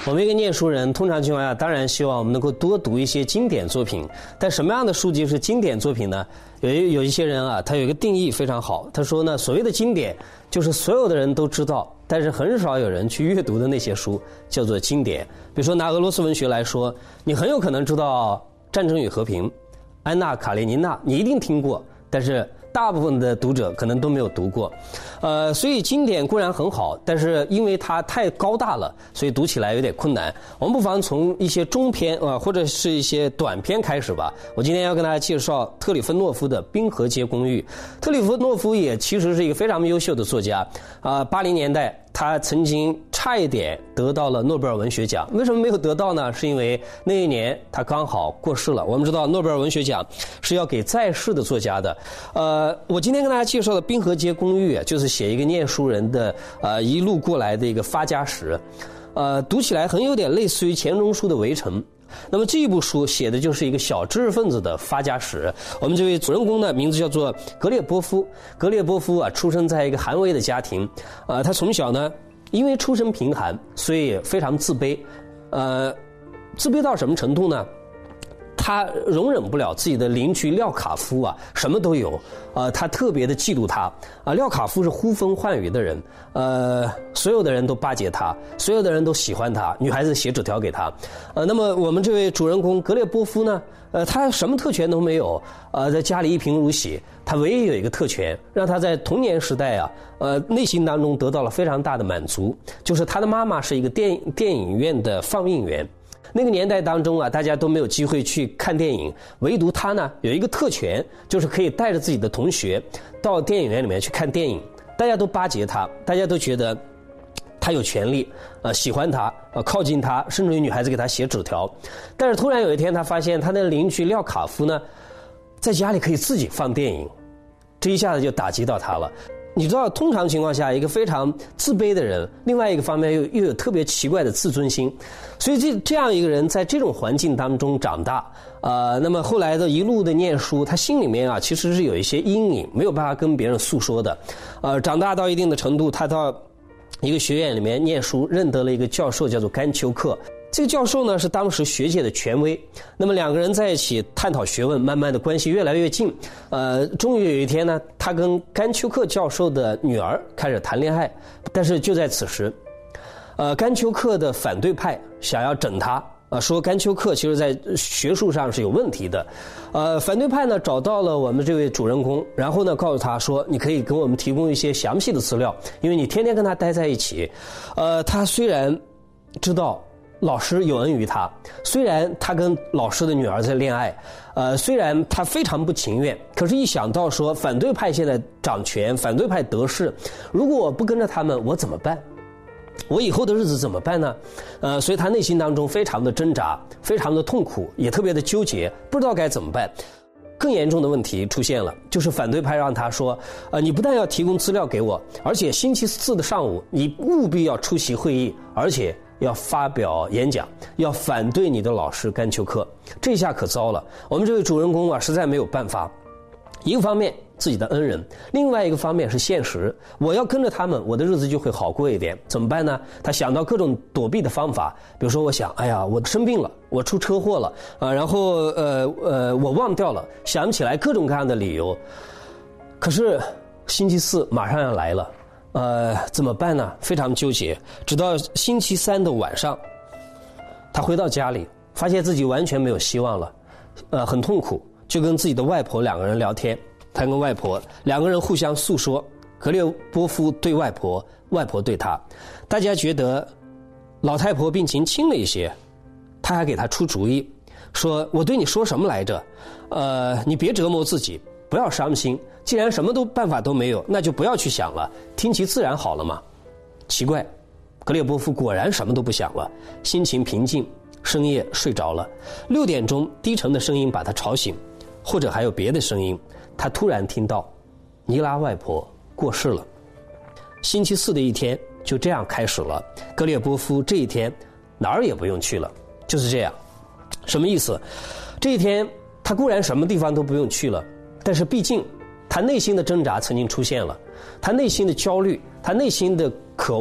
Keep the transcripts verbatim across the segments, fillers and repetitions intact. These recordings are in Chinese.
我们一个念书人，通常情况下当然希望我们能够多读一些经典作品，但什么样的书籍是经典作品呢？有一有一些人啊，他有一个定义非常好，他说呢，所谓的经典就是所有的人都知道，但是很少有人去阅读的那些书叫做经典。比如说拿俄罗斯文学来说，你很有可能知道《战争与和平》、安娜·卡列尼娜，你一定听过，但是大部分的读者可能都没有读过，呃，所以经典固然很好，但是因为它太高大了，所以读起来有点困难。我们不妨从一些中篇啊、呃，或者是一些短篇开始吧。我今天要跟大家介绍特里芬诺夫的《冰河街公寓》。特里芬诺夫也其实是一个非常优秀的作家啊，八零年代他曾经差一点得到了诺贝尔文学奖。为什么没有得到呢？是因为那一年他刚好过世了。我们知道诺贝尔文学奖是要给在世的作家的，呃。呃，我今天跟大家介绍的《冰河街公寓》就是写一个念书人的呃一路过来的一个发家史，呃，读起来很有点类似于钱钟书的《围城》。那么这一部书写的就是一个小知识分子的发家史。我们这位主人公呢，名字叫做格列波夫。格列波夫啊，出生在一个寒微的家庭，呃，他从小呢，因为出身贫寒，所以非常自卑，呃，自卑到什么程度呢？他容忍不了自己的邻居廖卡夫啊，什么都有，呃，他特别的嫉妒他啊。廖卡夫是呼风唤雨的人，呃，所有的人都巴结他，所有的人都喜欢他，女孩子写纸条给他，呃，那么我们这位主人公格列波夫呢，呃，他什么特权都没有，呃，在家里一贫如洗，他唯一有一个特权，让他在童年时代啊，呃，内心当中得到了非常大的满足，就是他的妈妈是一个电电影院的放映员。那个年代当中啊，大家都没有机会去看电影，唯独他呢有一个特权，就是可以带着自己的同学到电影院里面去看电影。大家都巴结他，大家都觉得他有权利，呃，喜欢他，呃，靠近他，甚至于女孩子给他写纸条。但是突然有一天，他发现他的邻居廖卡夫呢，在家里可以自己放电影，这一下子就打击到他了。你知道，通常情况下，一个非常自卑的人，另外一个方面又又有特别奇怪的自尊心，所以这这样一个人在这种环境当中长大，呃，那么后来的一路的念书，他心里面啊其实是有一些阴影，没有办法跟别人诉说的，呃，长大到一定的程度，他到一个学院里面念书，认得了一个教授叫做甘丘克。这个教授呢是当时学界的权威，那么两个人在一起探讨学问，慢慢的关系越来越近。呃，终于有一天呢，他跟甘丘克教授的女儿开始谈恋爱，但是就在此时，呃，甘丘克的反对派想要整他。呃，说甘丘克其实在学术上是有问题的，呃，反对派呢找到了我们这位主人公，然后呢告诉他说，你可以给我们提供一些详细的资料，因为你天天跟他待在一起。呃，他虽然知道老师有恩于他，虽然他跟老师的女儿在恋爱，呃，虽然他非常不情愿，可是一想到说反对派现在掌权，反对派得势，如果我不跟着他们，我怎么办？我以后的日子怎么办呢？呃，所以他内心当中非常的挣扎，非常的痛苦，也特别的纠结，不知道该怎么办。更严重的问题出现了，就是反对派让他说，呃，你不但要提供资料给我，而且星期四的上午你务必要出席会议，而且要发表演讲，要反对你的老师甘丘克。这下可糟了，我们这位主人公啊，实在没有办法。一个方面自己的恩人，另外一个方面是现实，我要跟着他们，我的日子就会好过一点，怎么办呢？他想到各种躲避的方法，比如说我想，哎呀，我生病了，我出车祸了啊，然后呃呃我忘掉了，想不起来各种各样的理由。可是星期四马上要来了，呃怎么办呢？非常纠结。直到星期三的晚上，他回到家里，发现自己完全没有希望了，呃很痛苦，就跟自己的外婆两个人聊天。他跟外婆两个人互相诉说，格列波夫对外婆，外婆对他。大家觉得老太婆病情轻了一些，他还给他出主意，说我对你说什么来着？呃，你别折磨自己，不要伤心，既然什么都办法都没有，那就不要去想了，听其自然好了嘛。奇怪，格列波夫果然什么都不想了，心情平静，深夜睡着了。六点钟低沉的声音把他吵醒，或者还有别的声音，他突然听到尼拉外婆过世了。星期四的一天就这样开始了，格列波夫这一天哪儿也不用去了，就是这样。什么意思？这一天他固然什么地方都不用去了，但是毕竟他内心的挣扎曾经出现了，他内心的焦虑，他内心的渴望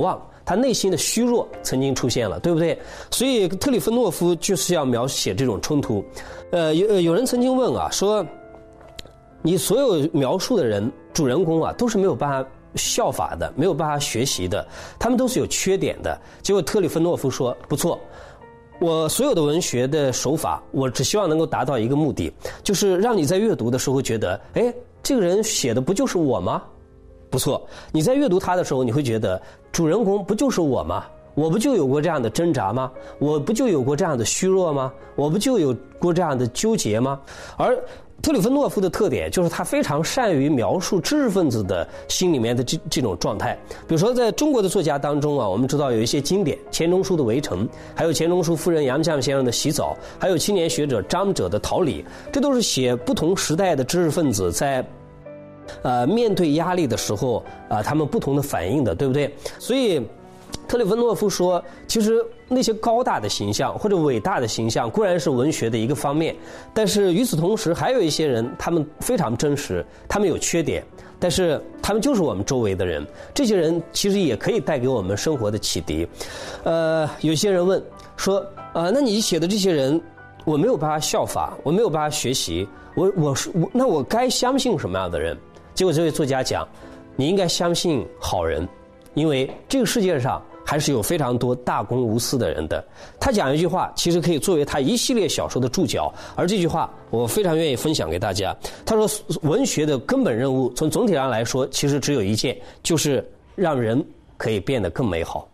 他内心的虚弱曾经出现了，对不对？所以特里芬诺夫就是要描写这种冲突。呃，有有人曾经问啊，说你所有描述的人主人公啊，都是没有办法效法的，没有办法学习的，他们都是有缺点的。结果特里芬诺夫说，不错，我所有的文学的手法，我只希望能够达到一个目的，就是让你在阅读的时候觉得，哎，这个人写的不就是我吗？不错，你在阅读他的时候，你会觉得主人公不就是我吗？我不就有过这样的挣扎吗？我不就有过这样的虚弱吗？我不就有过这样的纠结吗？而特里芬诺夫的特点就是他非常善于描述知识分子的心里面的这这种状态。比如说在中国的作家当中啊，我们知道有一些经典，钱钟书的《围城》，还有钱钟书夫人杨绛先生的《洗澡》，还有青年学者张轸的《逃离》，这都是写不同时代的知识分子在呃面对压力的时候啊、呃，他们不同的反应的，对不对？所以特里芬诺夫说，其实那些高大的形象或者伟大的形象固然是文学的一个方面，但是与此同时还有一些人，他们非常真实，他们有缺点，但是他们就是我们周围的人，这些人其实也可以带给我们生活的启迪。呃，有些人问说，啊、呃，那你写的这些人我没有办法效法，我没有办法学习，我我是我那我该相信什么样的人？结果这位作家讲，你应该相信好人，因为这个世界上还是有非常多大公无私的人的。他讲一句话，其实可以作为他一系列小说的注脚，而这句话我非常愿意分享给大家。他说，文学的根本任务从总体上来说其实只有一件，就是让人可以变得更美好。